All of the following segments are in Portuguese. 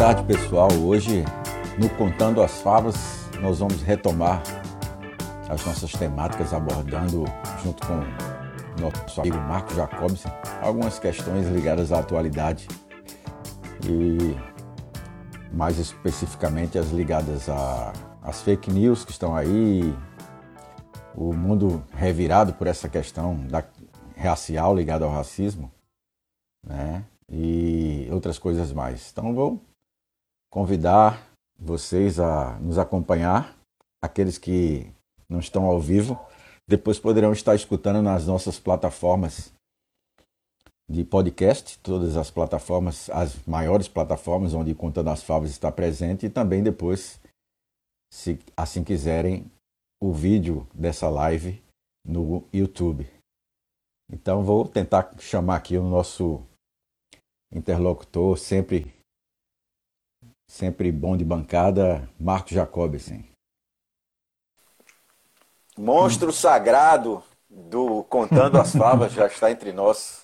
tarde, pessoal. Hoje, no Contando as Favas, nós vamos retomar as nossas temáticas abordando, junto com nosso amigo Marco Jacobson, algumas questões ligadas à atualidade e, mais especificamente, as ligadas às fake news que estão aí, o mundo revirado por essa questão racial ligada ao racismo, né? E outras coisas mais. Então, vou convidar vocês a nos acompanhar, aqueles que não estão ao vivo, depois poderão estar escutando nas nossas plataformas de podcast, todas as plataformas, as maiores plataformas onde Contando as Favas está presente, e também depois, se assim quiserem, o vídeo dessa live no YouTube. Então vou tentar chamar aqui o nosso interlocutor, sempre bom de bancada, Marco Jacobson. Monstro sagrado do Contando as Favas já está entre nós.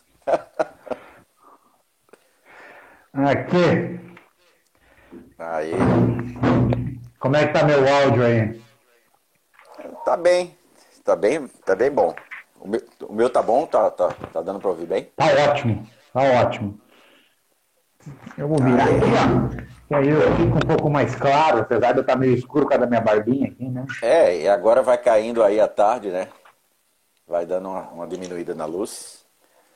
Aqui. Aí. Como é que tá meu áudio aí? Tá bem bom. O meu tá bom? Tá dando para ouvir bem? Tá ótimo. Eu vou virar aqui, ó. E aí eu fico um pouco mais claro, apesar de eu estar meio escuro por causa da minha barbinha aqui, né? E agora vai caindo aí à tarde, né? Vai dando uma diminuída na luz.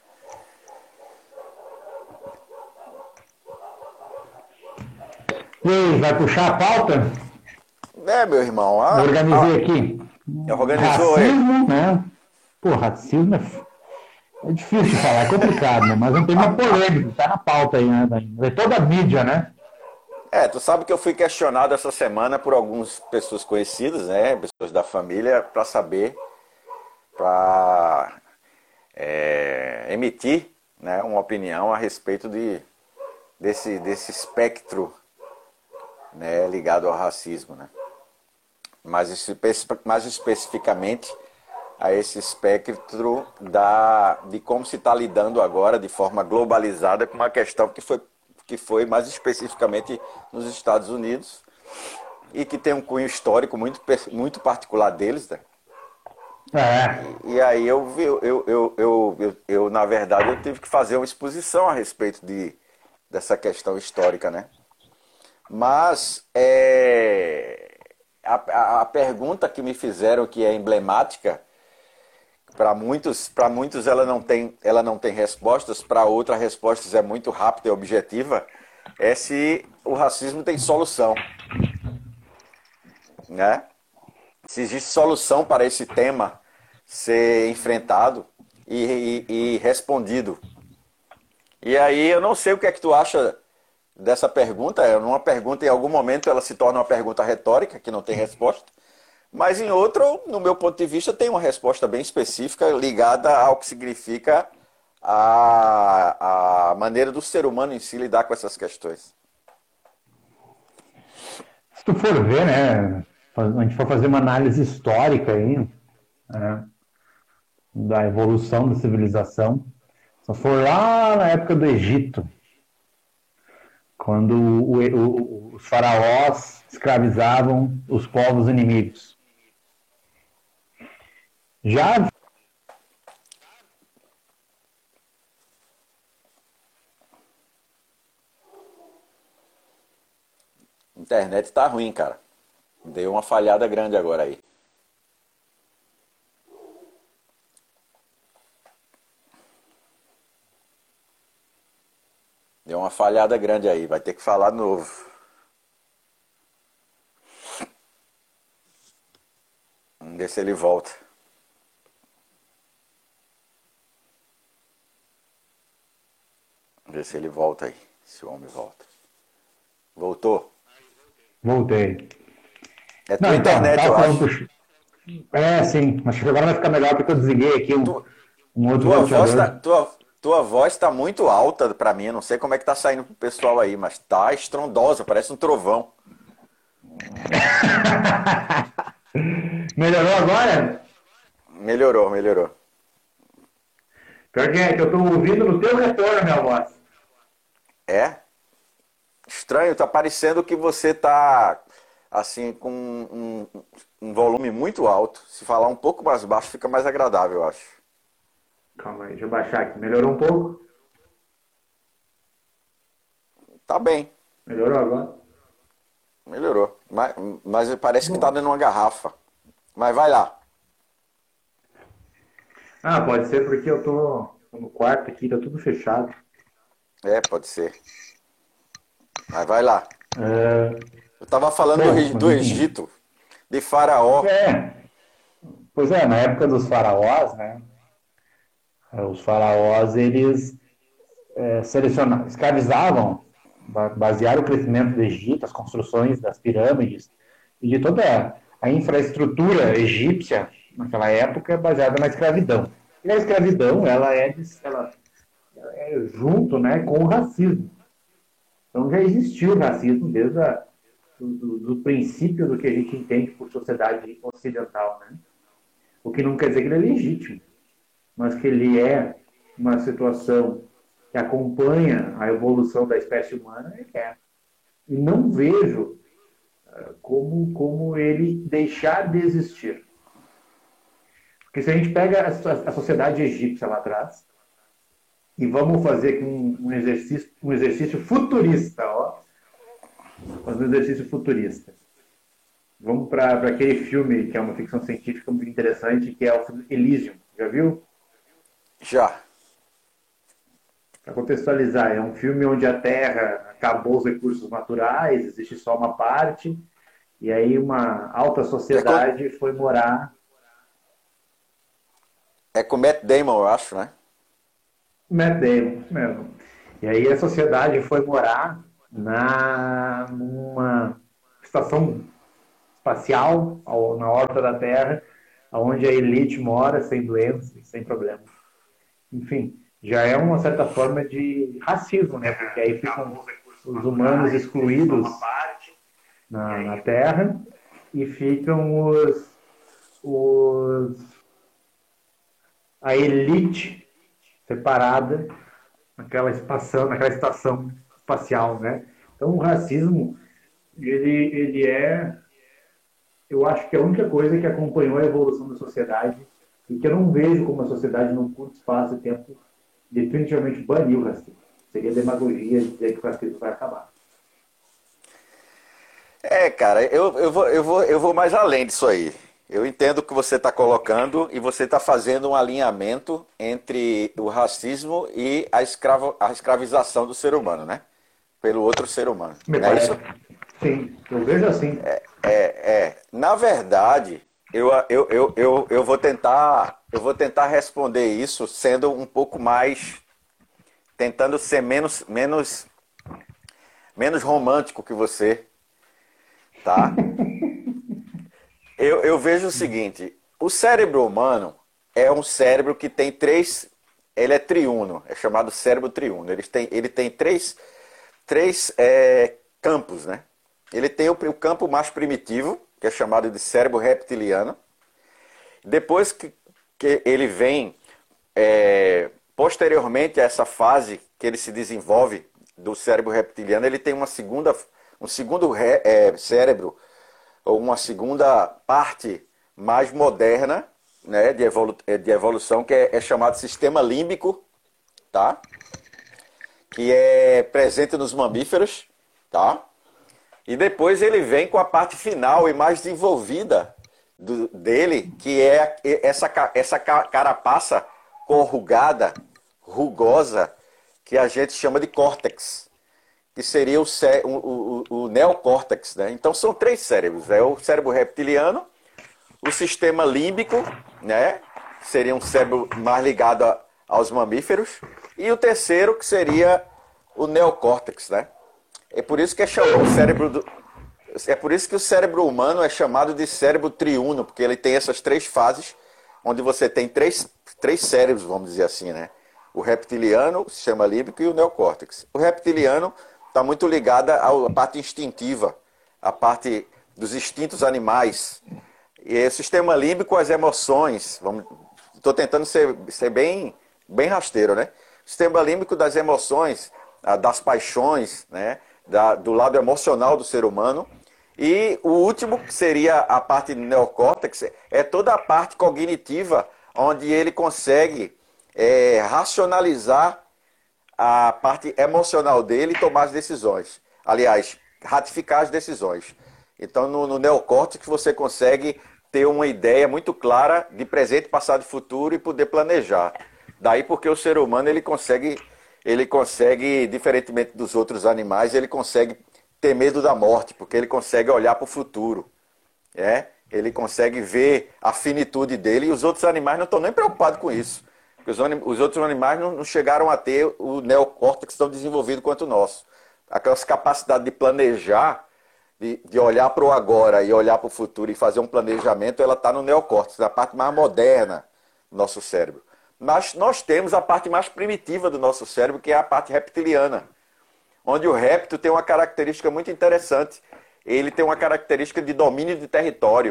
E aí, vai puxar a pauta? Meu irmão. Eu organizei aqui. Organizou racismo, né? Pô, racismo é difícil de falar, é complicado, né? Mas é um tema polêmico, tá na pauta aí, né? É toda a mídia, né? Tu sabe que eu fui questionado essa semana por algumas pessoas conhecidas, né? Pessoas da família, para saber, para emitir, né, uma opinião a respeito desse espectro, né, ligado ao racismo, né? Mais especificamente a esse espectro de como se está lidando agora de forma globalizada com uma questão que foi mais especificamente nos Estados Unidos e que tem um cunho histórico muito particular deles, né? E aí eu na verdade eu tive que fazer uma exposição a respeito dessa questão histórica, né? Mas a pergunta que me fizeram, que é emblemática, para muitos ela não tem respostas, para outras a resposta é muito rápida e objetiva, é se o racismo tem solução, né? Se existe solução para esse tema ser enfrentado e respondido. E aí eu não sei o que é que tu acha dessa pergunta. Uma pergunta, em algum momento, ela se torna uma pergunta retórica, que não tem resposta. Mas em outro, no meu ponto de vista, tem uma resposta bem específica ligada ao que significa a maneira do ser humano em si lidar com essas questões. Se tu for ver, né, a gente for fazer uma análise histórica aí, né, da evolução da civilização, se for lá na época do Egito, quando os faraós escravizavam os povos inimigos. Já A internet tá ruim, cara. Deu uma falhada grande agora aí. Deu uma falhada grande aí, vai ter que falar de novo. Vamos ver se ele volta. Vamos ver se ele volta aí, se o homem volta. Voltou? voltei. É tua internet, eu acho. Sim, acho que agora vai ficar melhor porque eu desliguei aqui um outro roteador. Tua voz tá muito alta pra mim, eu não sei como é que tá saindo pro pessoal aí, mas tá estrondosa, parece um trovão. Melhorou agora? Melhorou. Pior que eu tô ouvindo no teu retorno, minha voz. estranho, tá parecendo que você tá assim com um volume muito alto. Se falar um pouco mais baixo, fica mais agradável, eu acho. Calma aí, deixa eu baixar aqui. Melhorou um pouco? Tá bem, Melhorou agora? melhorou. Mas parece que tá Bom. dentro de uma garrafa. Mas vai lá. Ah, pode ser porque eu tô no quarto aqui, tá tudo fechado. É, pode ser. Mas vai lá. É, Eu tava falando bom, mas do enfim. Egito, de Faraó. É, pois é, na época dos faraós, né? Os faraós, eles selecionavam, escravizavam, basearam o crescimento do Egito, as construções das pirâmides e de toda a infraestrutura egípcia naquela época baseada na escravidão. E a escravidão, ela é junto, né, com o racismo. Então já existiu o racismo desde do princípio do que a gente entende por sociedade ocidental, né? O que não quer dizer que ele é legítimo, mas que ele é uma situação que acompanha a evolução da espécie humana, ele é. E não vejo como ele deixar de existir. Porque se a gente pega a sociedade egípcia lá atrás e vamos fazer aqui um exercício futurista, ó, fazer um exercício futurista. Vamos para aquele filme que é uma ficção científica muito interessante, que é o filme Elysium. Já viu? Já. Para contextualizar, é um filme onde a Terra acabou os recursos naturais, existe só uma parte, e aí uma alta É com, sociedade foi morar. é com Matt Damon, eu acho, né? Matt Damon, isso mesmo. E aí a sociedade foi morar numa estação espacial, na órbita da Terra, onde a elite mora sem doenças, sem problemas. Enfim, já é uma certa forma de racismo, né? Porque aí ficam os humanos excluídos na Terra e ficam a elite separada naquela estação espacial, né? Então o racismo, ele é, eu acho que é a única coisa que acompanhou a evolução da sociedade e que eu não vejo como a sociedade, num curto espaço de tempo, definitivamente baniu o racismo. Seria demagogia dizer que o racismo vai acabar. É, cara, eu vou mais além disso aí. Eu entendo o que você está colocando e você está fazendo um alinhamento entre o racismo e a escravização do ser humano, né? Pelo outro ser humano. Me Não é parece. isso? Sim, eu vejo assim. Na verdade, eu vou tentar responder isso sendo um pouco mais, tentando ser menos romântico que você, tá? Eu vejo o seguinte, o cérebro humano é um cérebro que tem ele é triuno, é chamado cérebro triuno. Ele tem três campos, né? Ele tem o campo mais primitivo, que é chamado de cérebro reptiliano. Depois que ele vem, posteriormente a essa fase que ele se desenvolve do cérebro reptiliano, ele tem um segundo cérebro, ou uma segunda parte mais moderna, né, de evolução, que é chamado sistema límbico, tá? Que é presente nos mamíferos, tá? E depois ele vem com a parte final e mais desenvolvida dele, que é essa carapaça corrugada, rugosa, que a gente chama de córtex, que seria o neocórtex, né? Então são três cérebros, é o cérebro reptiliano, o sistema límbico, né? Seria um cérebro mais ligado aos mamíferos, e o terceiro, que seria o neocórtex, né? É por isso que é por isso que o cérebro humano é chamado de cérebro triuno, porque ele tem essas três fases, onde você tem três cérebros, vamos dizer assim, né? O reptiliano, o sistema límbico e o neocórtex. O reptiliano está muito ligado à parte instintiva, à parte dos instintos animais. E o sistema límbico, as emoções. Estou tentando ser bem rasteiro, né? O sistema límbico das emoções, das paixões, né? do lado emocional do ser humano. E o último, que seria a parte neocórtex, é toda a parte cognitiva, onde ele consegue racionalizar a parte emocional dele e tomar as decisões. Aliás, ratificar as decisões. Então, no neocórtex, você consegue ter uma ideia muito clara de presente, passado e futuro e poder planejar. Daí porque o ser humano, ele consegue, diferentemente dos outros animais, ele consegue ter medo da morte, porque ele consegue olhar para o futuro. Ele consegue ver a finitude dele e os outros animais não estão nem preocupados com isso. Porque os outros animais não chegaram a ter o neocórtex tão desenvolvido quanto o nosso. Aquelas capacidades de planejar, de olhar para o agora e olhar para o futuro e fazer um planejamento, ela está no neocórtex, na parte mais moderna do nosso cérebro. Mas nós temos a parte mais primitiva do nosso cérebro, que é a parte reptiliana, onde o réptil tem uma característica muito interessante. Ele tem uma característica de domínio de território.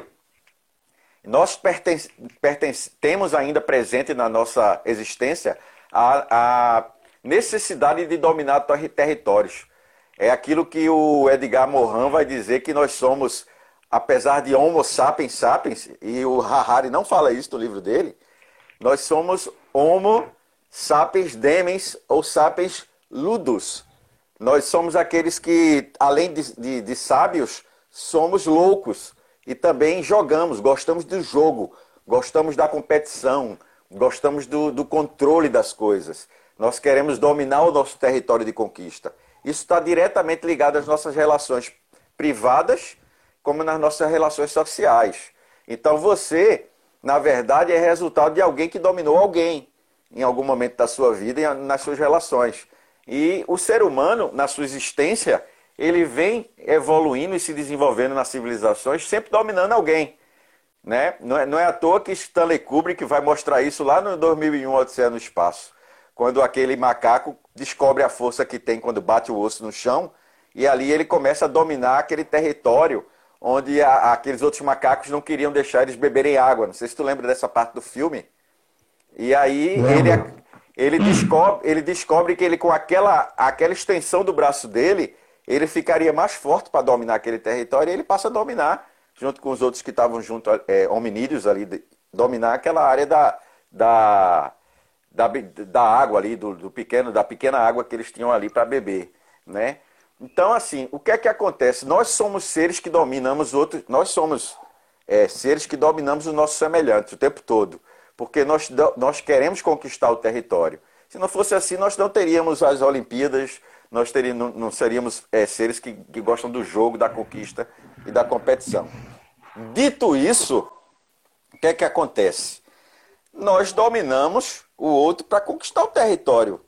Nós temos ainda presente na nossa existência a necessidade de dominar territórios. É aquilo que o Edgar Morin vai dizer, que nós somos, apesar de Homo sapiens sapiens, e o Harari não fala isso no livro dele, nós somos Homo sapiens demens ou sapiens ludus. Nós somos aqueles que, além de sábios, somos loucos e também jogamos, gostamos do jogo, gostamos da competição, gostamos do controle das coisas. Nós queremos dominar o nosso território de conquista. Isso está diretamente ligado às nossas relações privadas, como nas nossas relações sociais. Então você, na verdade, é resultado de alguém que dominou alguém em algum momento da sua vida e nas suas relações. E o ser humano, na sua existência, ele vem evoluindo e se desenvolvendo nas civilizações, sempre dominando alguém. Né? Não é à toa que Stanley Kubrick vai mostrar isso lá no 2001, Odisseia no Espaço. Quando aquele macaco descobre a força que tem quando bate o osso no chão, e ali ele começa a dominar aquele território onde aqueles outros macacos não queriam deixar eles beberem água. Não sei se tu lembra dessa parte do filme. E aí ele descobre que ele, com aquela extensão do braço dele, ele ficaria mais forte para dominar aquele território, e ele passa a dominar, junto com os outros que estavam junto, hominídeos ali, dominar aquela área da água ali, da pequena água que eles tinham ali para beber, né? Então, assim, o que é que acontece? Nós somos seres que dominamos outros, nós somos seres que dominamos os nossos semelhantes o tempo todo, porque nós queremos conquistar o território. Se não fosse assim, nós não teríamos as Olimpíadas, nós não seríamos seres que gostam do jogo, da conquista e da competição. Dito isso, o que é que acontece? Nós dominamos o outro para conquistar o território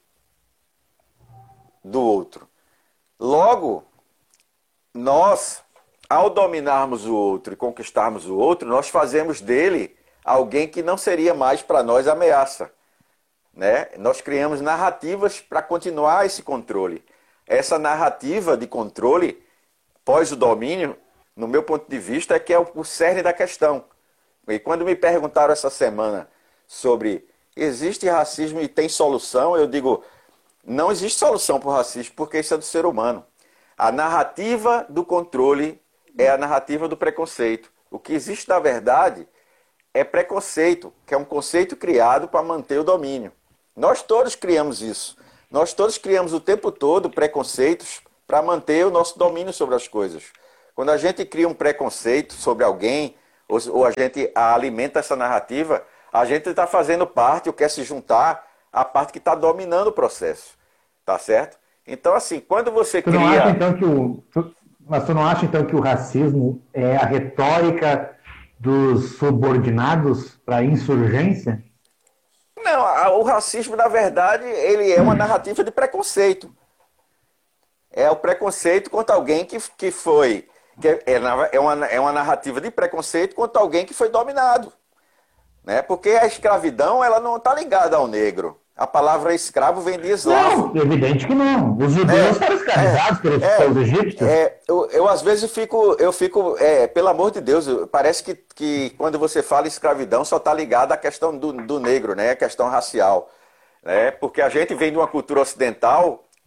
do outro. Logo, nós, ao dominarmos o outro e conquistarmos o outro, nós fazemos dele alguém que não seria mais para nós ameaça. Né? Nós criamos narrativas para continuar esse controle. Essa narrativa de controle, pós o domínio, no meu ponto de vista, é que é o cerne da questão. E quando me perguntaram essa semana sobre existe racismo e tem solução, eu digo, não existe solução para o racismo, porque isso é do ser humano. A narrativa do controle é a narrativa do preconceito. O que existe, na verdade, é preconceito, que é um conceito criado para manter o domínio. Nós todos criamos isso. Nós todos criamos o tempo todo preconceitos para manter o nosso domínio sobre as coisas. Quando a gente cria um preconceito sobre alguém, ou a gente alimenta essa narrativa, a gente está fazendo parte, ou quer se juntar à parte que está dominando o processo. Tá certo? Então, assim, quando você cria... Mas tu não acha, então, que o racismo é a retórica dos subordinados para a insurgência? Não, o racismo, na verdade, ele é uma narrativa de preconceito. É o preconceito contra alguém que foi... É uma narrativa de preconceito contra alguém que foi dominado. Né? Porque a escravidão, ela não está ligada ao negro. A palavra escravo vem de eslavo. Não, evidente que não. Os judeus foram escravizados pelos egípcios. Eu às vezes eu fico pelo amor de Deus, parece que quando você fala escravidão só está ligado à questão do negro, né? A questão racial. Né? Porque a gente vem de uma cultura ocidental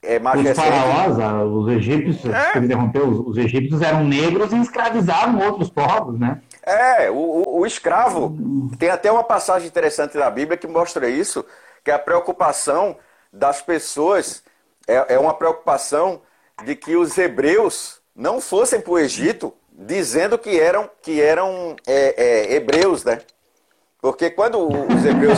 mais Os recente. faraós, os egípcios, se me interrompeu, os egípcios eram negros e escravizavam outros povos, né? O escravo, tem até uma passagem interessante na Bíblia que mostra isso, que a preocupação das pessoas é uma preocupação de que os hebreus não fossem para o Egito dizendo que eram hebreus, né? Porque quando os hebreus...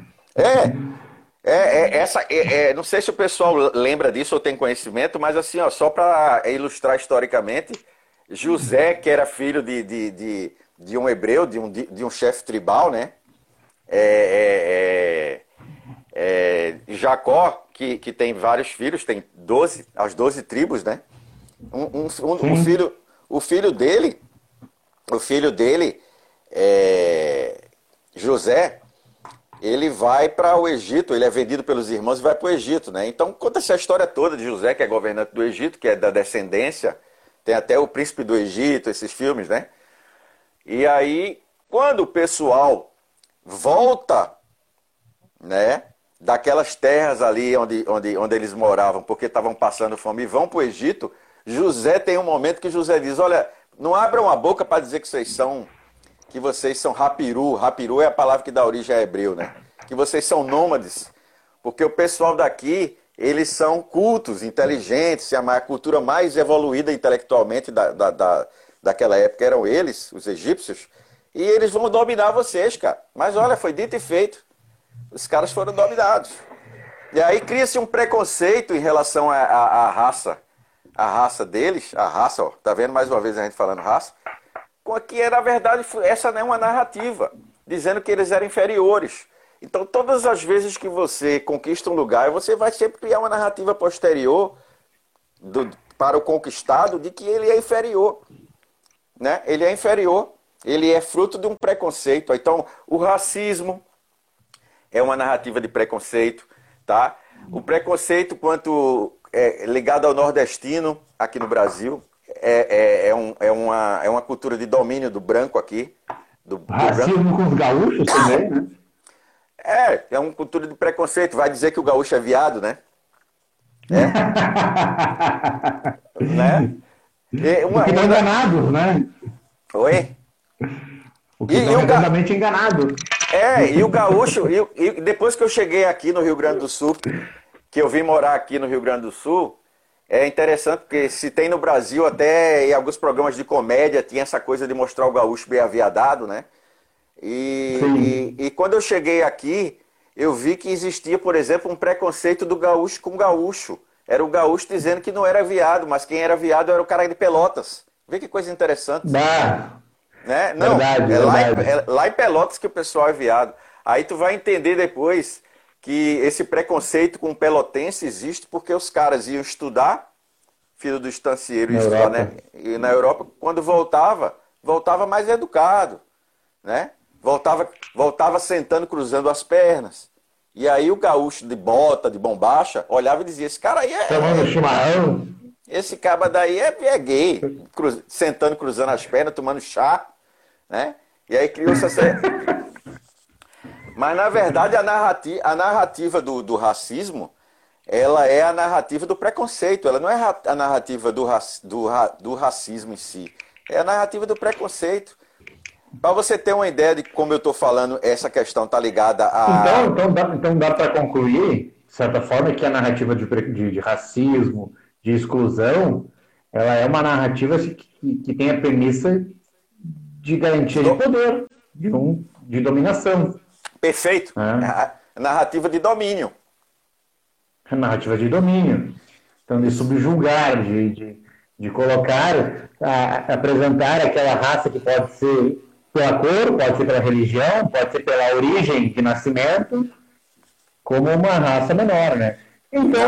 não sei se o pessoal lembra disso ou tem conhecimento, mas assim, ó, só para ilustrar historicamente, José, que era filho de um hebreu, de um chefe tribal, né? Jacó, que tem vários filhos, tem 12, as 12 tribos, né? O filho dele, José, ele vai para o Egito, ele é vendido pelos irmãos e vai para o Egito, né? Então conta essa história toda de José, que é governante do Egito, que é da descendência, tem até o Príncipe do Egito, esses filmes, né? E aí, quando o pessoal volta, né, daquelas terras ali onde eles moravam, porque estavam passando fome e vão para o Egito, José tem um momento que José diz, olha, não abram a boca para dizer que vocês são rapiru. Rapiru é a palavra que dá origem a hebreu, né? Que vocês são nômades. Porque o pessoal daqui, eles são cultos, inteligentes, a cultura mais evoluída intelectualmente daquela época eram eles, os egípcios, e eles vão dominar vocês, cara. Mas olha, foi dito e feito. Os caras foram dominados. E aí cria-se um preconceito em relação à raça. A raça deles, ó, tá vendo mais uma vez a gente falando raça? Que na verdade essa não é uma narrativa, dizendo que eles eram inferiores. Então todas as vezes que você conquista um lugar, você vai sempre criar uma narrativa posterior para o conquistado de que ele é inferior, né? Ele é inferior, ele é fruto de um preconceito. Então o racismo é uma narrativa de preconceito, tá? O preconceito ligado ao nordestino aqui no Brasil é uma cultura de domínio do branco aqui. Do racismo branco. Com os gaúchos também, né? É uma cultura de preconceito. Vai dizer que o gaúcho é viado, né? Né? Porque estão enganados, né? Oi? O que estão redondamente enganados. E o gaúcho, e depois que eu cheguei aqui no Rio Grande do Sul, que eu vim morar aqui no Rio Grande do Sul, é interessante porque se tem no Brasil, até em alguns programas de comédia, tinha essa coisa de mostrar o gaúcho bem aviadado, né? E quando eu cheguei aqui, eu vi que existia, por exemplo, um preconceito do gaúcho com o gaúcho. Era o gaúcho dizendo que não era viado, mas quem era viado era o cara de Pelotas. Vê que coisa interessante. Né? Não, verdade. Lá em Pelotas que o pessoal é viado. Aí tu vai entender depois que esse preconceito com o pelotense existe porque os caras iam estudar, filho do estancieiro, ia estudar, né? E na Europa, quando voltava mais educado, né? Voltava sentando, cruzando as pernas. E aí o gaúcho de bota, de bombacha, olhava e dizia, esse cara aí tomando chimarrão. Esse cara daí é gay, sentando, cruzando as pernas, tomando chá, né? E aí criou-se essa... Mas, na verdade, a narrativa do racismo, ela é a narrativa do preconceito. Ela não é a narrativa do racismo em si. É a narrativa do preconceito. Para você ter uma ideia de como eu estou falando, essa questão está ligada a... Então dá para concluir, de certa forma, que a narrativa de racismo, de exclusão, ela é uma narrativa que tem a premissa de garantia de poder, de dominação. Perfeito. A narrativa de domínio. A narrativa de domínio. Então, de subjugar, de colocar, apresentar aquela raça que pode ser pela cor, pode ser pela religião, pode ser pela origem de nascimento, como uma raça menor, né? Então,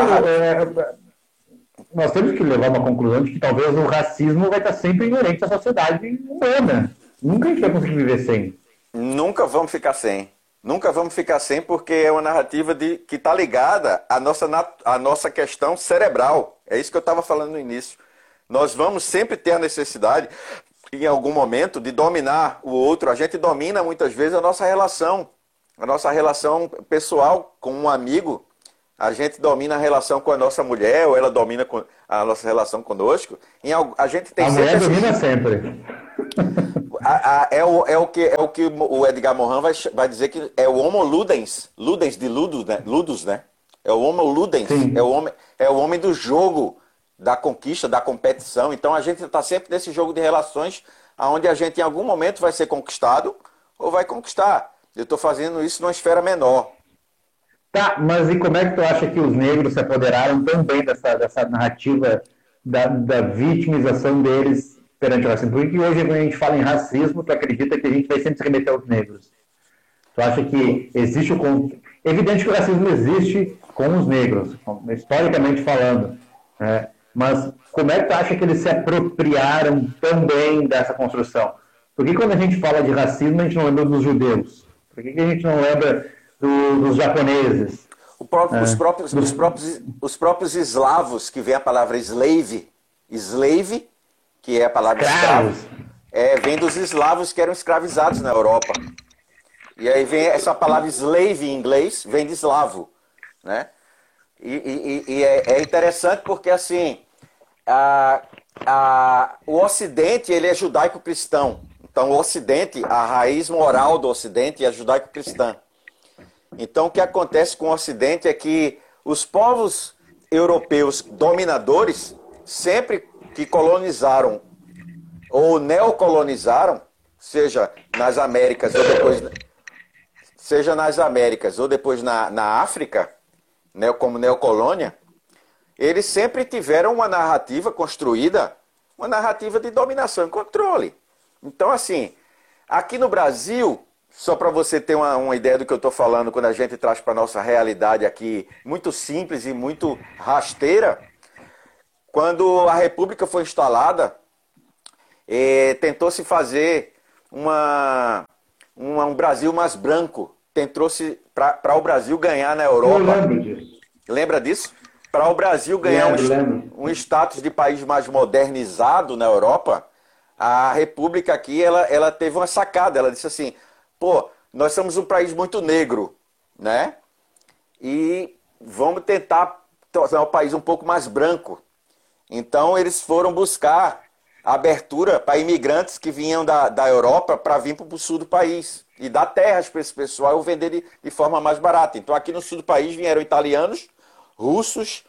nós temos que levar uma conclusão de que talvez o racismo vai estar sempre inerente à sociedade humana. Nunca a gente vai conseguir viver sem. Nunca vamos ficar sem. Nunca vamos ficar sem, porque é uma narrativa que está ligada à nossa questão cerebral. É isso que eu estava falando no início. Nós vamos sempre ter a necessidade, em algum momento, de dominar o outro. A gente domina muitas vezes a nossa relação pessoal com um amigo. a gente domina a relação com a nossa mulher, ou ela domina a nossa relação conosco. A gente tem a sempre mulher domina sempre. é o que o Edgar Morin vai dizer que é o homo ludens, ludens de ludus, né? É o homo ludens, é o homem do jogo, da conquista, da competição. Então a gente está sempre nesse jogo de relações, onde a gente em algum momento vai ser conquistado ou vai conquistar. Eu estou fazendo isso numa esfera menor. Tá, mas e como é que tu acha que os negros se apoderaram tão bem dessa narrativa da vitimização deles perante o racismo? Por que hoje, quando a gente fala em racismo, tu acredita que a gente vai sempre se remeter aos negros? Tu acha que existe evidente que o racismo existe com os negros, historicamente falando, né? Mas como é que tu acha que eles se apropriaram tão bem dessa construção? Por que quando a gente fala de racismo, a gente não lembra dos judeus? Por que a gente não lembra dos japoneses? Os próprios eslavos, que vem a palavra slave, que é a palavra escravo, vem dos eslavos que eram escravizados na Europa. E aí vem essa palavra slave em inglês, vem de eslavo, né? E é interessante porque, assim, o Ocidente, ele é judaico-cristão. Então, o Ocidente, a raiz moral do Ocidente é judaico-cristã. Então, o que acontece com o Ocidente é que os povos europeus dominadores, sempre que colonizaram ou neocolonizaram, seja nas Américas ou depois na África, né, como neocolônia, eles sempre tiveram uma narrativa construída, uma narrativa de dominação e controle. Então, assim, aqui no Brasil, só para você ter uma ideia do que eu estou falando, quando a gente traz para a nossa realidade aqui, muito simples e muito rasteira, quando a República foi instalada, tentou-se fazer um Brasil mais branco, tentou-se para o Brasil ganhar na Europa. Eu lembro disso. Lembra disso? Para o Brasil ganhar um status de país mais modernizado na Europa, a República aqui, ela teve uma sacada. Ela disse assim, pô, nós somos um país muito negro, né? E vamos tentar tornar o país um pouco mais branco. Então, eles foram buscar abertura para imigrantes que vinham da Europa para vir para o sul do país e dar terras para esse pessoal e vender de forma mais barata. Então, aqui no sul do país vieram italianos, russos,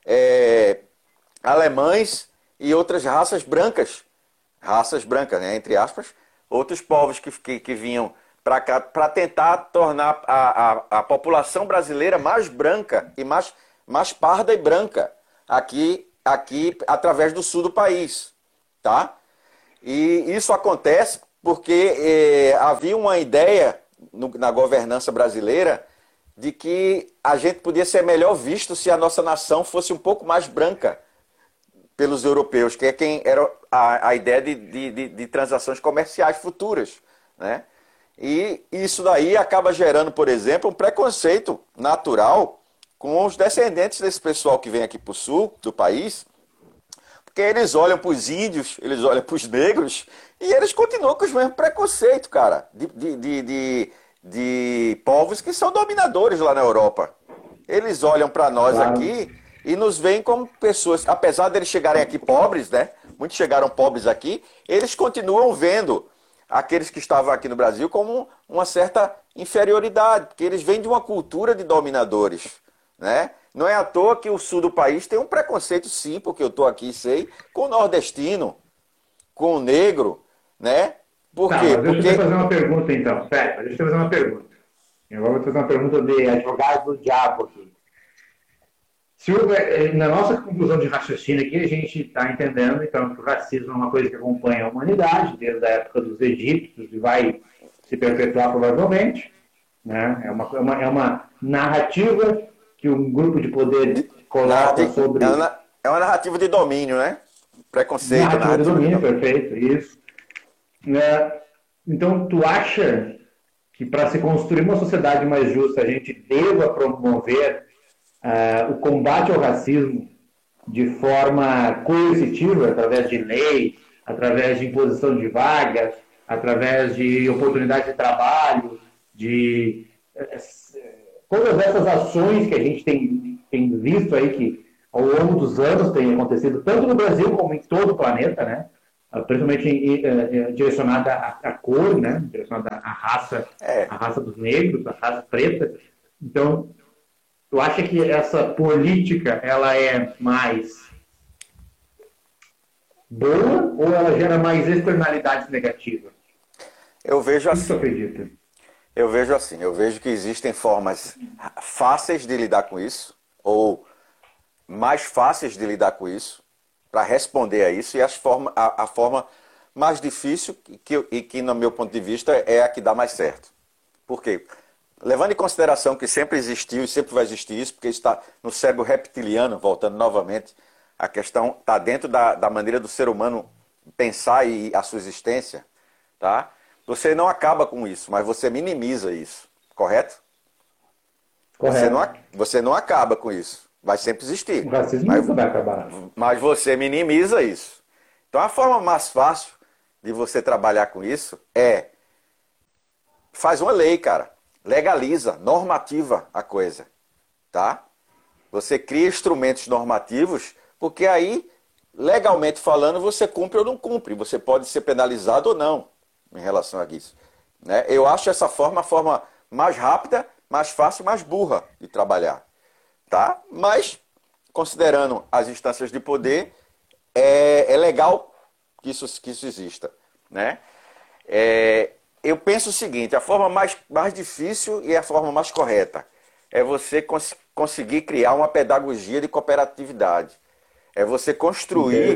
alemães e outras raças brancas, né, entre aspas, outros povos que vinham para cá para tentar tornar a população brasileira mais branca e mais parda e branca aqui através do sul do país, tá? E isso acontece porque havia uma ideia na governança brasileira de que a gente podia ser melhor visto se a nossa nação fosse um pouco mais branca pelos europeus, que é quem era a ideia de transações comerciais futuras, né? E isso daí acaba gerando, por exemplo, um preconceito natural com os descendentes desse pessoal que vem aqui para o sul do país, porque eles olham para os índios, eles olham para os negros e eles continuam com os mesmos preconceitos, cara, de povos que são dominadores lá na Europa. Eles olham para nós aqui e nos veem como pessoas, apesar de eles chegarem aqui pobres, né? Muitos chegaram pobres aqui, eles continuam vendo aqueles que estavam aqui no Brasil como uma certa inferioridade, porque eles vêm de uma cultura de dominadores, né? Não é à toa que o sul do país tem um preconceito, sim, porque eu estou aqui, sei, com o nordestino, com o negro, né? Por quê? Deixa eu fazer uma pergunta, então. Pera, deixa eu fazer uma pergunta. Agora eu vou fazer uma pergunta de advogado do diabo aqui. Na nossa conclusão de raciocínio aqui, a gente está entendendo, então, que o racismo é uma coisa que acompanha a humanidade, desde a época dos egípcios, e vai se perpetuar provavelmente, né? É uma narrativa que um grupo de poder coloca sobre... É uma narrativa de domínio, né? Preconceito. Narrativa de domínio, perfeito, isso. Então, tu acha que para se construir uma sociedade mais justa, a gente deva promover o combate ao racismo de forma coercitiva, através de lei, através de imposição de vagas, através de oportunidade de trabalho, de todas essas ações que a gente tem tem visto aí que ao longo dos anos tem acontecido, tanto no Brasil como em todo o planeta, né? Principalmente direcionada à cor, né? Direcionada à raça dos negros, à raça preta. Então, tu acha que essa política ela é mais boa ou ela gera mais externalidades negativas? Eu vejo O que tu assim. acredita? Eu vejo que existem formas fáceis de lidar com isso, ou mais fáceis de lidar com isso, para responder a isso, e a forma mais difícil, que, no meu ponto de vista, é a que dá mais certo. Por quê? Levando em consideração que sempre existiu e sempre vai existir isso, porque está no cérebro reptiliano, voltando novamente, a questão está dentro da maneira do ser humano pensar e a sua existência, tá? Você não acaba com isso, mas você minimiza isso, correto? Correto. Você não acaba com isso, vai sempre existir. O racismo nunca vai acabar. Mas você minimiza isso. Então a forma mais fácil de você trabalhar com isso faz uma lei, cara. Legaliza, normativa a coisa, tá? Você cria instrumentos normativos, porque aí, legalmente falando, você cumpre ou não cumpre. Você pode ser penalizado ou não em relação a isso, né? Eu acho essa forma a forma mais rápida, mais fácil, mais burra de trabalhar, tá? Mas, considerando as instâncias de poder, é legal que isso exista, né? Eu penso o seguinte, a forma mais difícil e a forma mais correta é você conseguir criar uma pedagogia de cooperatividade. É você construir,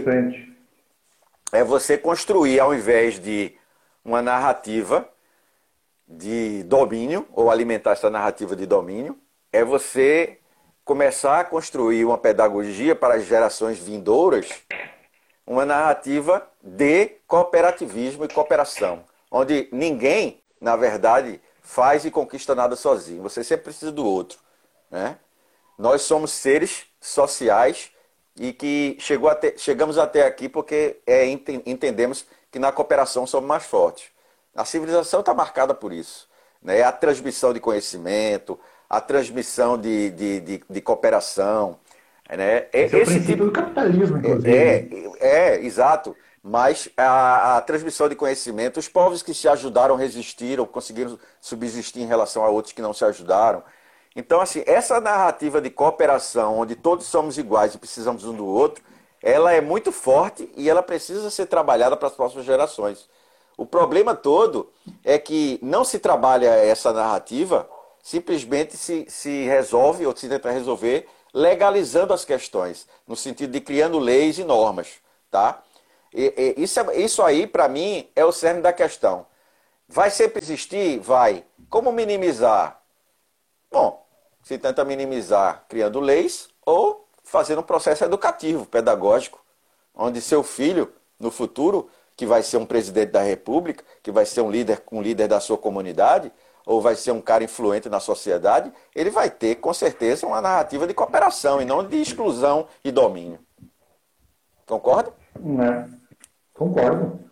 ao invés de uma narrativa de domínio, ou alimentar essa narrativa de domínio, é você começar a construir uma pedagogia para as gerações vindouras, uma narrativa de cooperativismo e cooperação, onde ninguém, na verdade, faz e conquista nada sozinho. Você sempre precisa do outro, né? Nós somos seres sociais e que chegamos até aqui porque entendemos que na cooperação somos mais fortes. A civilização está marcada por isso, né? A transmissão de conhecimento, a transmissão de cooperação, né? Esse é o princípio do capitalismo, inclusive. Exato. Mas a transmissão de conhecimento, os povos que se ajudaram resistiram, conseguiram subsistir em relação a outros que não se ajudaram. Então, assim, essa narrativa de cooperação, onde todos somos iguais e precisamos um do outro, ela é muito forte e ela precisa ser trabalhada para as próximas gerações. O problema todo é que não se trabalha essa narrativa, simplesmente se resolve ou se tenta resolver legalizando as questões, no sentido de criando leis e normas, tá? Isso aí, para mim, é o cerne da questão. Vai sempre existir? Vai. Como minimizar? Bom, se tenta minimizar criando leis ou fazendo um processo educativo, pedagógico, onde seu filho, no futuro, que vai ser um presidente da República, que vai ser um líder da sua comunidade, ou vai ser um cara influente na sociedade, ele vai ter, com certeza, uma narrativa de cooperação e não de exclusão e domínio. Concorda? Concordo.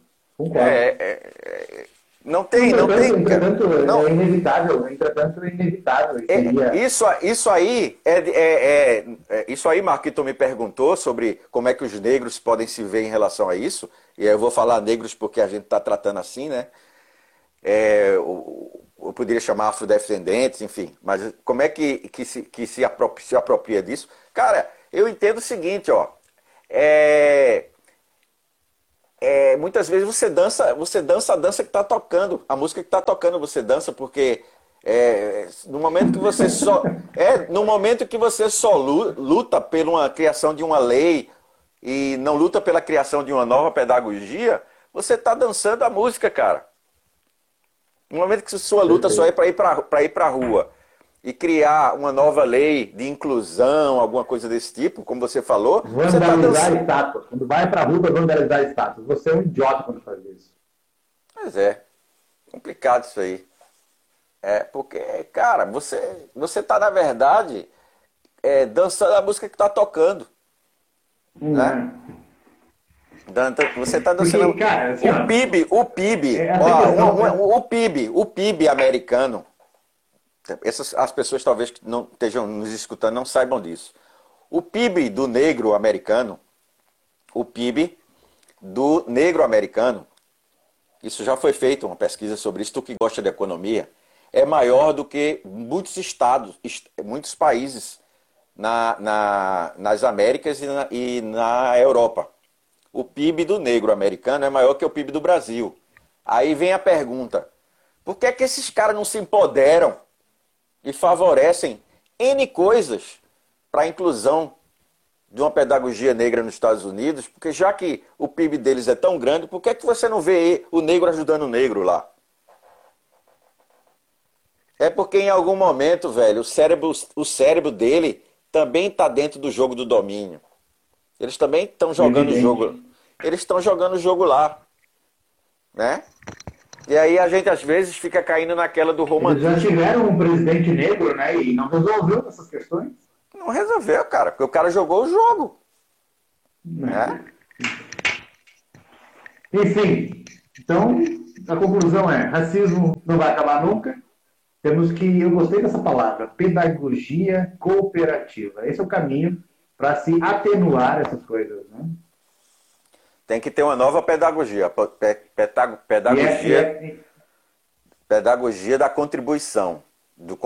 Não tem. Entretanto, Não. É inevitável. Isso aí, Marco, que tu me perguntou sobre como é que os negros podem se ver em relação a isso, e aí eu vou falar negros porque a gente está tratando assim, né? Eu poderia chamar afrodescendentes, enfim, mas como é que se apropria disso? Cara, eu entendo o seguinte, ó. Muitas vezes você dança a dança que está tocando, a música que está tocando, você dança porque no momento que você só luta pela criação de uma lei e não luta pela criação de uma nova pedagogia, você está dançando a música, cara. No momento que sua luta só é para ir para a rua e criar uma nova lei de inclusão, alguma coisa desse tipo, como você falou... Vandalizar estátuas. Quando vai pra rua, vandalizar estátuas. Você é um idiota quando faz isso. Mas complicado isso aí. Porque, cara, você tá, na verdade, dançando a música que tá tocando. Né? Você tá dançando... Porque, cara, assim, o PIB americano... as pessoas talvez que não estejam nos escutando não saibam disso. O PIB do negro americano, isso já foi feito uma pesquisa sobre isso, tu que gosta de economia, é maior do que muitos estados, muitos países nas Américas e na Europa. O PIB do negro americano é maior que o PIB do Brasil. Aí vem a pergunta, por que é que esses caras não se empoderam e favorecem N coisas para a inclusão de uma pedagogia negra nos Estados Unidos? Porque já que o PIB deles é tão grande, por que é que você não vê o negro ajudando o negro lá? É porque em algum momento, velho, o cérebro dele também está dentro do jogo do domínio. Eles também estão jogando o jogo. Eles estão jogando o jogo lá. Né? E aí a gente às vezes fica caindo naquela do romantismo. Eles já tiveram um presidente negro, né? E não resolveu essas questões. Não resolveu, cara, porque o cara jogou o jogo. Né? Enfim, então a conclusão é, racismo não vai acabar nunca. Eu gostei dessa palavra, pedagogia cooperativa. Esse é o caminho para se atenuar essas coisas, né? Tem que ter uma nova pedagogia. Pedagogia da contribuição. Da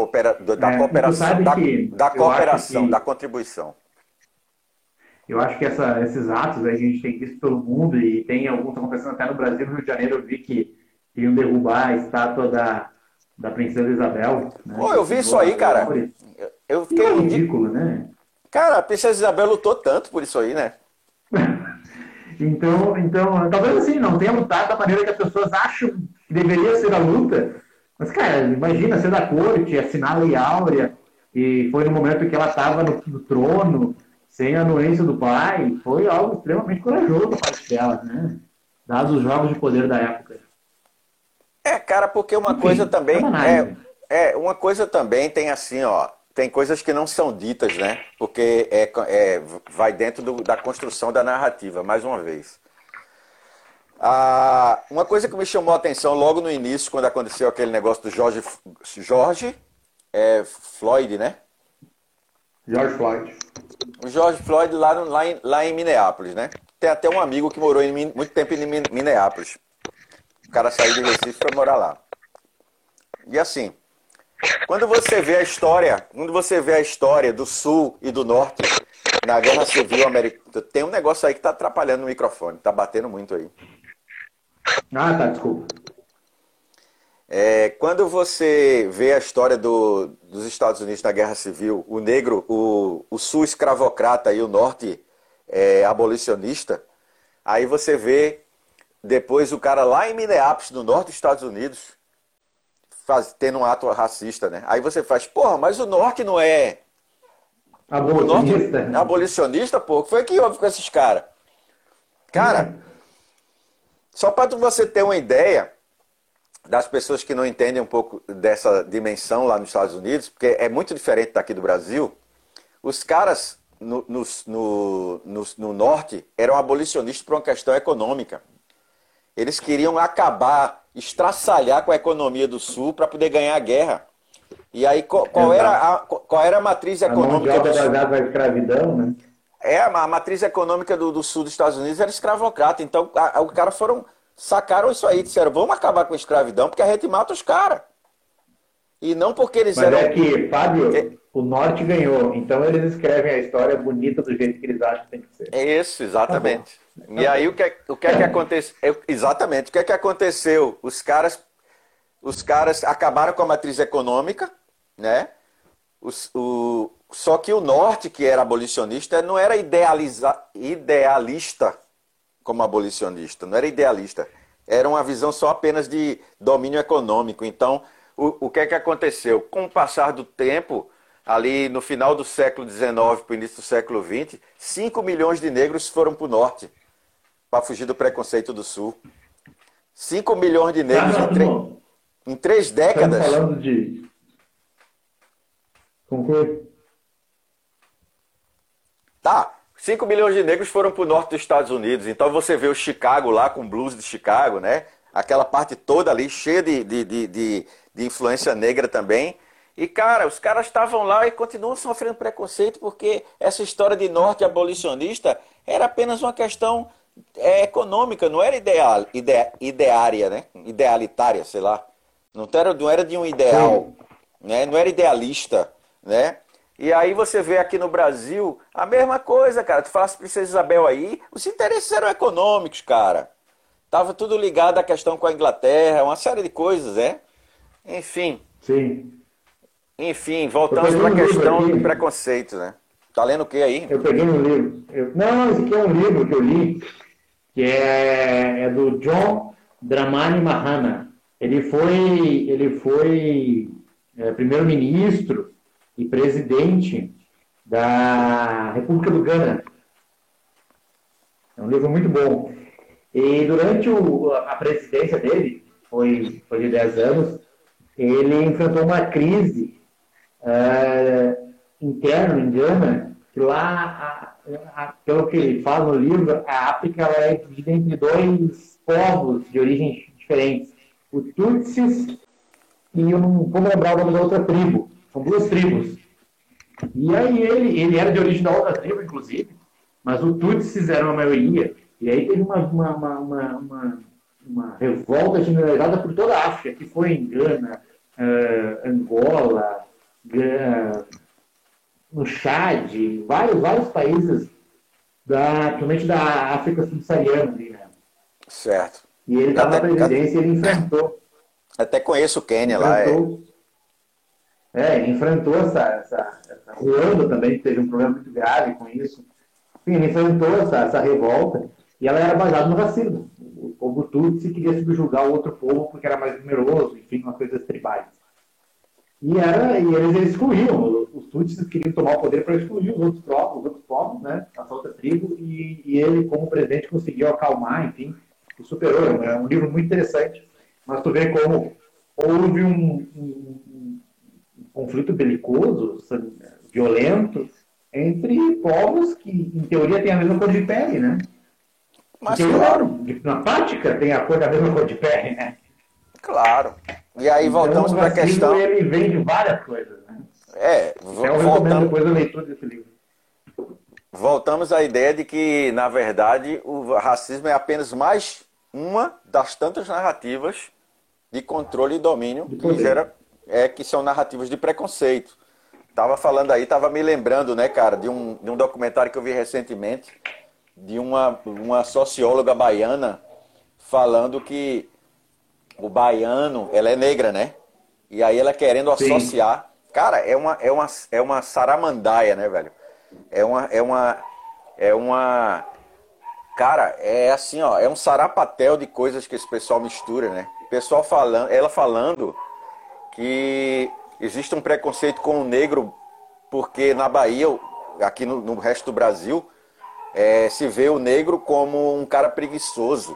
cooperação, da contribuição. Eu acho que esses atos aí que a gente tem visto pelo mundo e tem alguns que estão acontecendo até no Brasil, no Rio de Janeiro, eu vi que iam derrubar a estátua da Princesa Isabel. Né? Pô, eu vi isso aí, cara. Eu fiquei ridículo, né? Cara, a Princesa Isabel lutou tanto por isso aí, né? Então, talvez assim, não tenha lutado da maneira que as pessoas acham que deveria ser a luta. Mas, cara, imagina ser da corte, assinar a Lei Áurea, e foi no momento que ela estava no trono, sem a anuência do pai. Foi algo extremamente corajoso da parte dela, né? Dados os jogos de poder da época. Cara, porque uma coisa também. Uma coisa também tem assim, ó. Tem coisas que não são ditas, né? Porque vai dentro da construção da narrativa, mais uma vez. Uma coisa que me chamou a atenção logo no início, quando aconteceu aquele negócio do George Floyd, né? George Floyd. O George Floyd lá em Minneapolis, né? Tem até um amigo que morou muito tempo em Minneapolis. O cara saiu de Recife para morar lá. E assim, quando você vê a história do Sul e do Norte na Guerra Civil Americana, tem um negócio aí que está atrapalhando o microfone, está batendo muito aí. Tá, desculpa. Quando você vê a história dos Estados Unidos na Guerra Civil, o negro, o Sul escravocrata e o Norte abolicionista, aí você vê depois o cara lá em Minneapolis, no Norte dos Estados Unidos, tendo um ato racista, né? Aí você faz, porra, mas o Norte não é abolicionista? O Norte, abolicionista, pô, o que foi que houve com esses caras? Cara, só para você ter uma ideia das pessoas que não entendem um pouco dessa dimensão lá nos Estados Unidos, porque é muito diferente daqui do Brasil, os caras no Norte eram abolicionistas por uma questão econômica. Eles queriam acabar, estraçalhar com a economia do Sul para poder ganhar a guerra. E aí, qual era a matriz econômica do Sul? A escravidão, né? A matriz econômica do Sul dos Estados Unidos era escravocrata. Então, os caras sacaram isso aí, disseram, vamos acabar com a escravidão porque a gente mata os caras. E não porque eles eram... Mas é que, Fábio, o Norte ganhou. Então, eles escrevem a história bonita do jeito que eles acham que tem que ser. Isso, exatamente. E aí, o que é que aconteceu? Exatamente. O que é que aconteceu? Os caras acabaram com a matriz econômica, né? Só que o Norte, que era abolicionista, não era idealista como abolicionista. Não era idealista. Era uma visão só apenas de domínio econômico. Então, o que é que aconteceu? Com o passar do tempo, ali no final do século XIX para o início do século XX, 5 milhões de negros foram para o Norte para fugir do preconceito do Sul. 5 milhões de negros em 3 décadas. Estamos falando de... Conclui. Tá. 5 milhões de negros foram para o norte dos Estados Unidos. Então você vê o Chicago lá, com o blues de Chicago, né? Aquela parte toda ali, cheia de influência negra também. E, cara, os caras estavam lá e continuam sofrendo preconceito porque essa história de norte abolicionista era apenas uma questão econômica, não era ideária, né? Idealitária, sei lá. Não era de um ideal, Sim. né? Não era idealista, né? E aí você vê aqui no Brasil a mesma coisa, cara. Tu falasse Princesa Isabel aí, os interesses eram econômicos, cara. Tava tudo ligado à questão com a Inglaterra, uma série de coisas, né? Enfim, Sim. enfim, Eu voltamos peguei para a um livro questão do aqui. preconceito, né? Tá lendo o que aí? Eu peguei um livro. Não, esse aqui é um livro que eu li, que é do John Dramani Mahana. Ele foi primeiro-ministro e presidente da República do Ghana. É um livro muito bom. E durante a presidência dele, foi de 10 anos, ele enfrentou uma crise interna em Gana, que lá, pelo que ele fala no livro, a África ela é dividida entre dois povos de origens diferentes. O Tutsis e eu não vou lembrar o nome da outra tribo. São duas tribos. E aí ele era de origem da outra tribo, inclusive, mas o Tutsis era uma maioria. E aí teve uma revolta generalizada por toda a África, que foi em Gana, Angola, no Chad, vários países, principalmente da África subsaariana. Né? Certo. E ele estava na presidência e ele Até conheço o Quênia lá. enfrentou ele enfrentou essa Ruanda também, que teve um problema muito grave com isso. Enfim, ele enfrentou essa revolta e ela era baseada no racismo. O povo Tutsi queria subjugar o outro povo porque era mais numeroso, enfim, umas coisas tribais. E eles excluíam, os Tutsis queriam tomar o poder para excluir os outros povos, né, essa outra tribo, e ele, como presidente, conseguiu acalmar, enfim, e superou. É um livro muito interessante, mas tu vê como houve um conflito belicoso, violento, entre povos que, em teoria, têm a mesma cor de pele, né? Mas claro. Na prática, tem a mesma cor de pele, né? Claro. E aí Então, voltamos para a questão. Ele vem de várias coisas, né? Eu recomendo voltamos, depois a leitura desse livro. voltamos à ideia de que, na verdade, o racismo é apenas mais uma das tantas narrativas de controle e domínio que são narrativas de preconceito. Tava me lembrando, né, cara, de um documentário que eu vi recentemente de uma socióloga baiana falando que o baiano, ela é negra, né? E aí ela querendo associar. Cara, é uma saramandaia, né, velho? Cara, é assim, ó, é um sarapatel de coisas que esse pessoal mistura, né? Ela falando que existe um preconceito com o negro porque na Bahia, aqui no resto do Brasil, se vê o negro como um cara preguiçoso.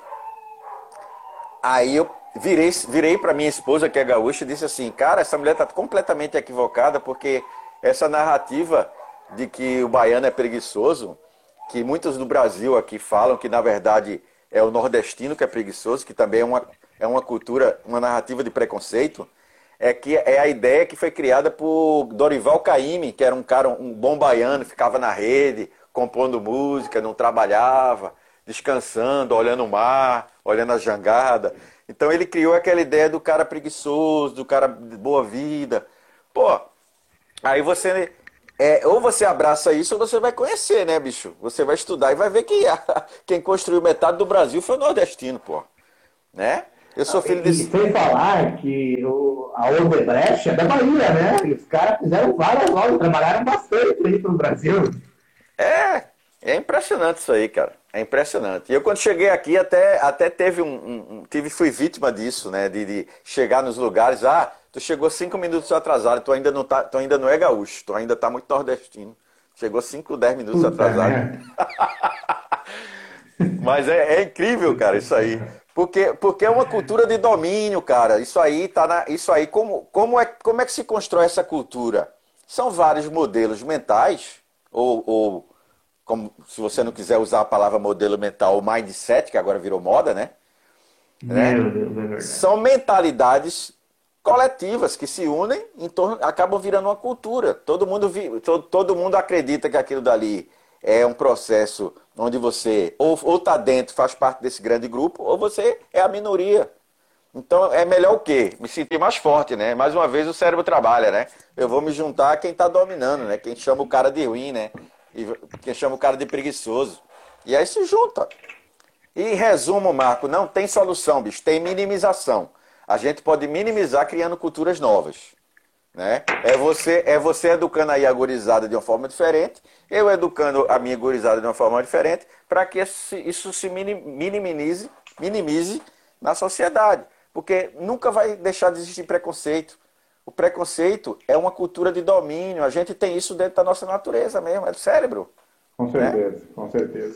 Aí eu virei para minha esposa, que é gaúcha, e disse assim, cara, essa mulher está completamente equivocada, porque essa narrativa de que o baiano é preguiçoso, que muitos do Brasil aqui falam que na verdade é o nordestino que é preguiçoso, que também é uma cultura, uma narrativa de preconceito, é a ideia que foi criada por Dorival Caymmi, que era um cara, um bom baiano, ficava na rede, compondo música, não trabalhava, descansando, olhando o mar, olhando a jangada. Então ele criou aquela ideia do cara preguiçoso, do cara de boa vida. Pô, aí você... ou você abraça isso ou você vai conhecer, né, bicho? Você vai estudar e vai ver que quem construiu metade do Brasil foi o nordestino, pô. Né? Eu sou filho desse... E sem falar que a Odebrecht é da Bahia, né? E os caras fizeram várias obras, trabalharam bastante aí pro Brasil. É impressionante isso aí, cara. É impressionante. E eu quando cheguei aqui até fui vítima disso, né? De chegar nos lugares, tu chegou 5 minutos atrasado, tu ainda não é gaúcho, tu ainda tá muito nordestino. Chegou 5, 10 minutos atrasado. Mas é incrível, cara, isso aí. Porque é uma cultura de domínio, cara. Isso aí como é que se constrói essa cultura? São vários modelos mentais, ou como, se você não quiser usar a palavra modelo mental, o mindset, que agora virou moda, né? Meu Deus, é verdade. São mentalidades coletivas que se unem em torno, acabam virando uma cultura. Todo mundo acredita que aquilo dali é um processo onde você ou está dentro, faz parte desse grande grupo, ou você é a minoria. Então é melhor o quê? Me sentir mais forte, né? Mais uma vez o cérebro trabalha, né? Eu vou me juntar a quem está dominando, né? Quem chama o cara de ruim, né? E quem chama o cara de preguiçoso. E aí se junta. E em resumo, Marco, não tem solução, bicho. Tem minimização. A gente pode minimizar criando culturas novas. Né? É você educando aí a gurizada de uma forma diferente, eu educando a minha gurizada de uma forma diferente, para que isso se minimize na sociedade. Porque nunca vai deixar de existir preconceito. O preconceito é uma cultura de domínio. A gente tem isso dentro da nossa natureza mesmo, é do cérebro. Com certeza, né? Com certeza.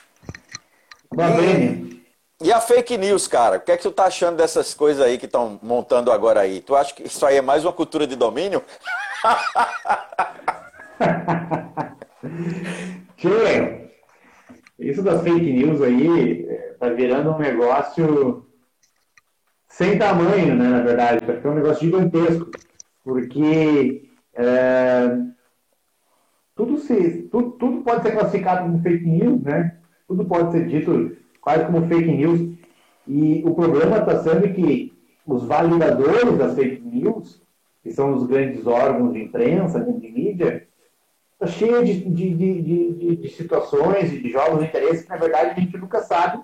E a fake news, cara? O que é que tu tá achando dessas coisas aí que estão montando agora aí? Tu acha que isso aí é mais uma cultura de domínio? Tio, isso das fake news aí tá virando um negócio sem tamanho, né, na verdade. Tá ficando um negócio gigantesco. Porque tudo pode ser classificado como fake news, né? Tudo pode ser dito quase como fake news. E o problema está sendo que os validadores das fake news, que são os grandes órgãos de imprensa, de mídia, está cheio de situações e de jogos de interesse que, na verdade, a gente nunca sabe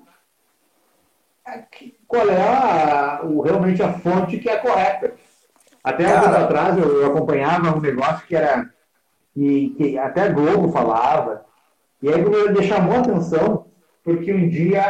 qual é realmente a fonte que é correta. Até um tempo atrás eu acompanhava um negócio que era que até a Globo falava, e aí me chamou a atenção, porque um dia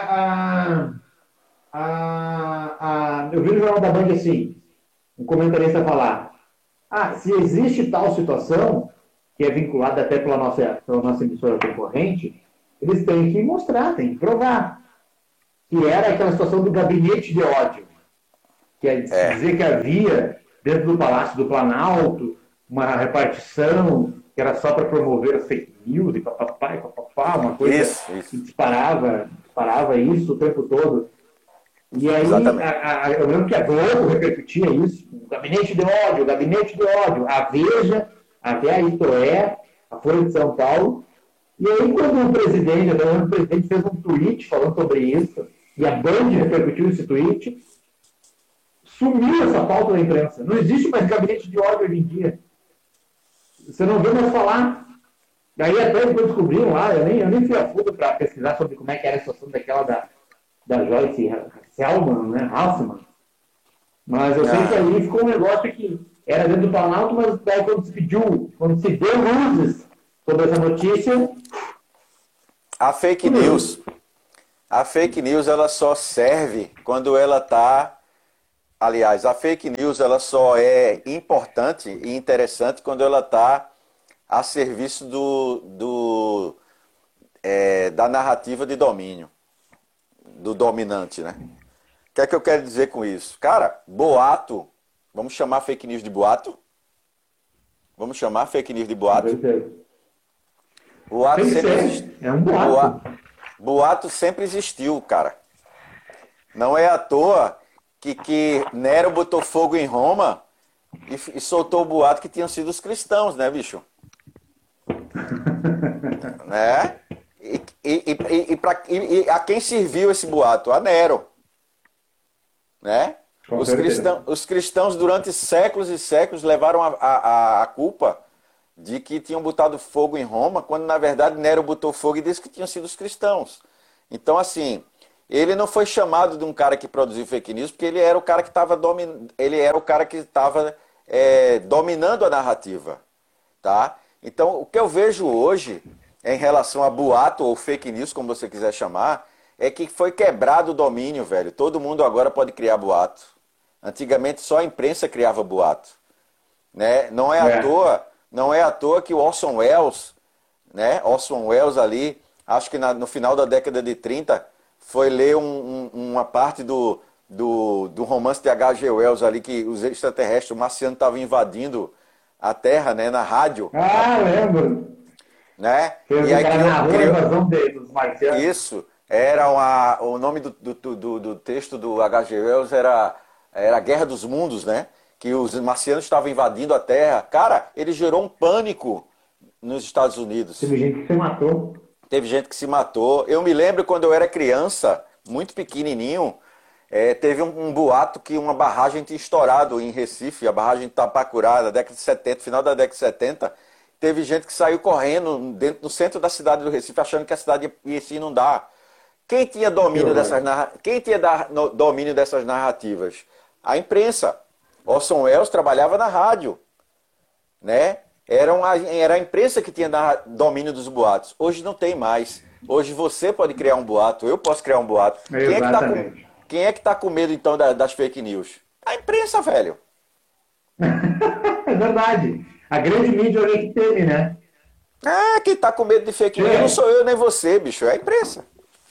eu vi no Jornal da Band assim, um comentarista falar, se existe tal situação, que é vinculada até pela nossa emissora concorrente, eles têm que mostrar, têm que provar. Que era aquela situação do gabinete de ódio. Que é dizer que havia, dentro do Palácio do Planalto, uma repartição que era só para promover as fake news, e papapá, uma coisa que disparava isso o tempo todo. E aí, eu lembro que a Globo repercutia isso, o gabinete de ódio, a Veja, até a Isto a Folha de São Paulo. E aí, quando o presidente fez um tweet falando sobre isso, e a Band repercutiu esse tweet, sumiu essa pauta da imprensa. Não existe mais gabinete de ódio hoje em dia. Você não vê mais falar. Daí até depois descobriram lá, eu nem fui a fundo para pesquisar sobre como é que era a situação daquela da Joyce Haldeman, né? Halseman. Mas eu sei que ali ficou um negócio que era dentro do Planalto, mas daí quando se deu luzes sobre essa notícia... A fake news, ela só serve quando ela está... Aliás, a fake news, ela só é importante e interessante quando ela está a serviço da narrativa de domínio, do dominante, né? O que é que eu quero dizer com isso? Cara, boato, vamos chamar fake news de boato? Vamos chamar fake news de boato? Boato sempre existiu. É um boato. Boato sempre existiu, cara. Não é à toa que Nero botou fogo em Roma e soltou o boato que tinham sido os cristãos, né, bicho? Né? E a quem serviu esse boato? A Nero. Né? Os cristãos durante séculos e séculos levaram a culpa de que tinham botado fogo em Roma, quando na verdade Nero botou fogo e disse que tinham sido os cristãos. Então, assim, ele não foi chamado de um cara que produziu fake news, porque ele era o cara que estava dominando a narrativa. Tá? Então, o que eu vejo hoje, em relação a boato ou fake news, como você quiser chamar, é que foi quebrado o domínio, velho. Todo mundo agora pode criar boato. Antigamente só a imprensa criava boato. Né? Não é à toa que o Orson Welles, né? Orson Welles ali, acho que no final da década de 30, foi ler uma parte do romance de H.G. Wells ali, que os extraterrestres, o marciano, estavam invadindo a Terra, né? Na rádio. Lembro. Né? E aí dos marcianos. Isso. Era o nome do texto do H.G. Wells era a Guerra dos Mundos, né? que os marcianos estavam invadindo a Terra, cara, ele gerou um pânico nos Estados Unidos. Teve gente que se matou. Teve gente que se matou. Eu me lembro quando eu era criança, muito pequenininho, teve um boato que uma barragem tinha estourado em Recife, a barragem de Tapacurá, na década de 70, final da década de 70. Teve gente que saiu correndo no centro da cidade do Recife, achando que a cidade ia se inundar. Quem tinha domínio dessas narrativas? A imprensa. Orson Welles trabalhava na rádio, né? Era a imprensa que tinha domínio dos boatos. Hoje não tem mais. Hoje você pode criar um boato, eu posso criar um boato. Quem é que está com medo, então, das fake news? A imprensa, velho. É verdade. A grande mídia é que teve, né? Quem está com medo de fake news não sou eu nem você, bicho. É a imprensa.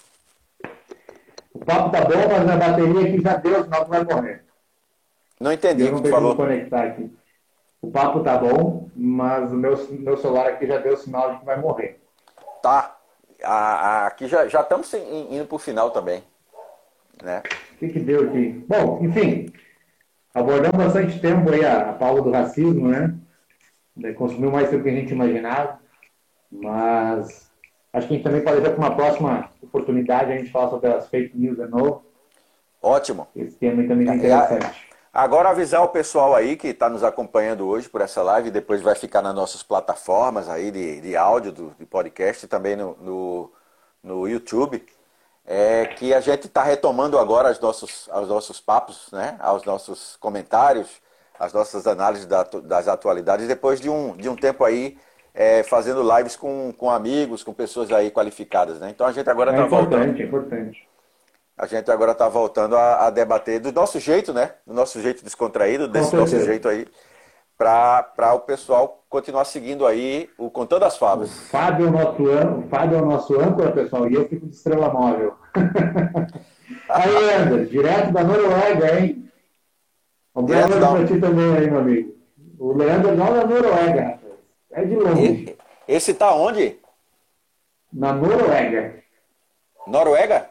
O papo tá bom, mas a bateria aqui já deu, senão tu vai morrer. Não entendi o que tu falou. Conectar aqui. O papo tá bom, mas o meu celular aqui já deu sinal de que vai morrer. Tá. Aqui já estamos indo pro final também. Né? O que deu aqui? Bom, enfim, abordamos bastante tempo aí a pauta do racismo, né? Consumiu mais tempo que a gente imaginava, mas acho que a gente também pode ver para uma próxima oportunidade a gente falar sobre as fake news de novo. Ótimo. Esse tema também é interessante. Agora avisar o pessoal aí que está nos acompanhando hoje por essa live, depois vai ficar nas nossas plataformas aí de áudio, de podcast, e também no YouTube, que a gente está retomando agora os nossos papos, né? Os nossos comentários, as nossas análises das atualidades, depois de um tempo aí fazendo lives com amigos, com pessoas aí qualificadas, né? Então a gente agora está voltando. É importante. A gente agora está voltando a debater do nosso jeito, né? Do nosso jeito descontraído, desse nosso jeito aí, para o pessoal continuar seguindo aí o Contando as Favas. O Fábio é o nosso âncora, pessoal, e eu fico de estrela móvel. Aí, André, direto da Noruega, hein? Um bom ano para ti também aí, meu amigo. O Leandro não é da Noruega, rapaz. É de longe. Esse tá onde? Na Noruega. Noruega?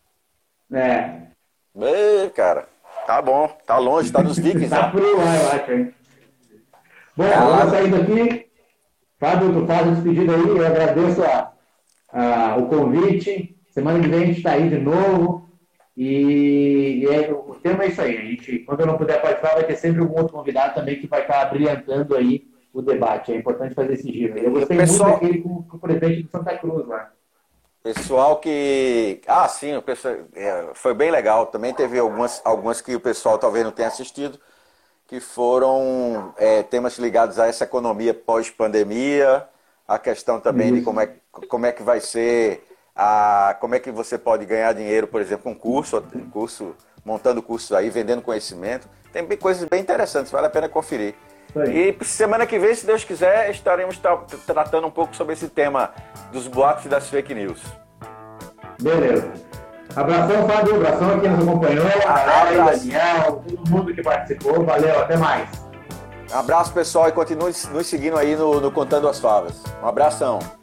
Cara. Tá bom. Tá longe, tá nos Vikings. Tá frio lá, eu acho, hein? Bom, vamos sair daqui. Fábio, tu faz a despedida aí. Eu agradeço o convite. Semana que vem a gente está aí de novo. O tema é isso aí. Quando eu não puder participar, vai ter sempre um outro convidado também que vai estar brilhantando aí o debate. É importante fazer esse giro. Eu gostei muito daquele com o presidente do Santa Cruz lá. Pessoal que... sim, o pessoal, foi bem legal. Também teve algumas que o pessoal talvez não tenha assistido, que foram temas ligados a essa economia pós-pandemia, a questão também de como é que vai ser, como é que você pode ganhar dinheiro, por exemplo, com curso, montando cursos aí, vendendo conhecimento. Tem coisas bem interessantes, vale a pena conferir. E semana que vem, se Deus quiser, estaremos tratando um pouco sobre esse tema dos boatos e das fake news. Beleza. Abração, Fábio. Abração a quem nos acompanhou. Daniel, todo mundo que participou. Valeu, até mais. Um abraço, pessoal, e continue nos seguindo aí no Contando as Favas. Um abração.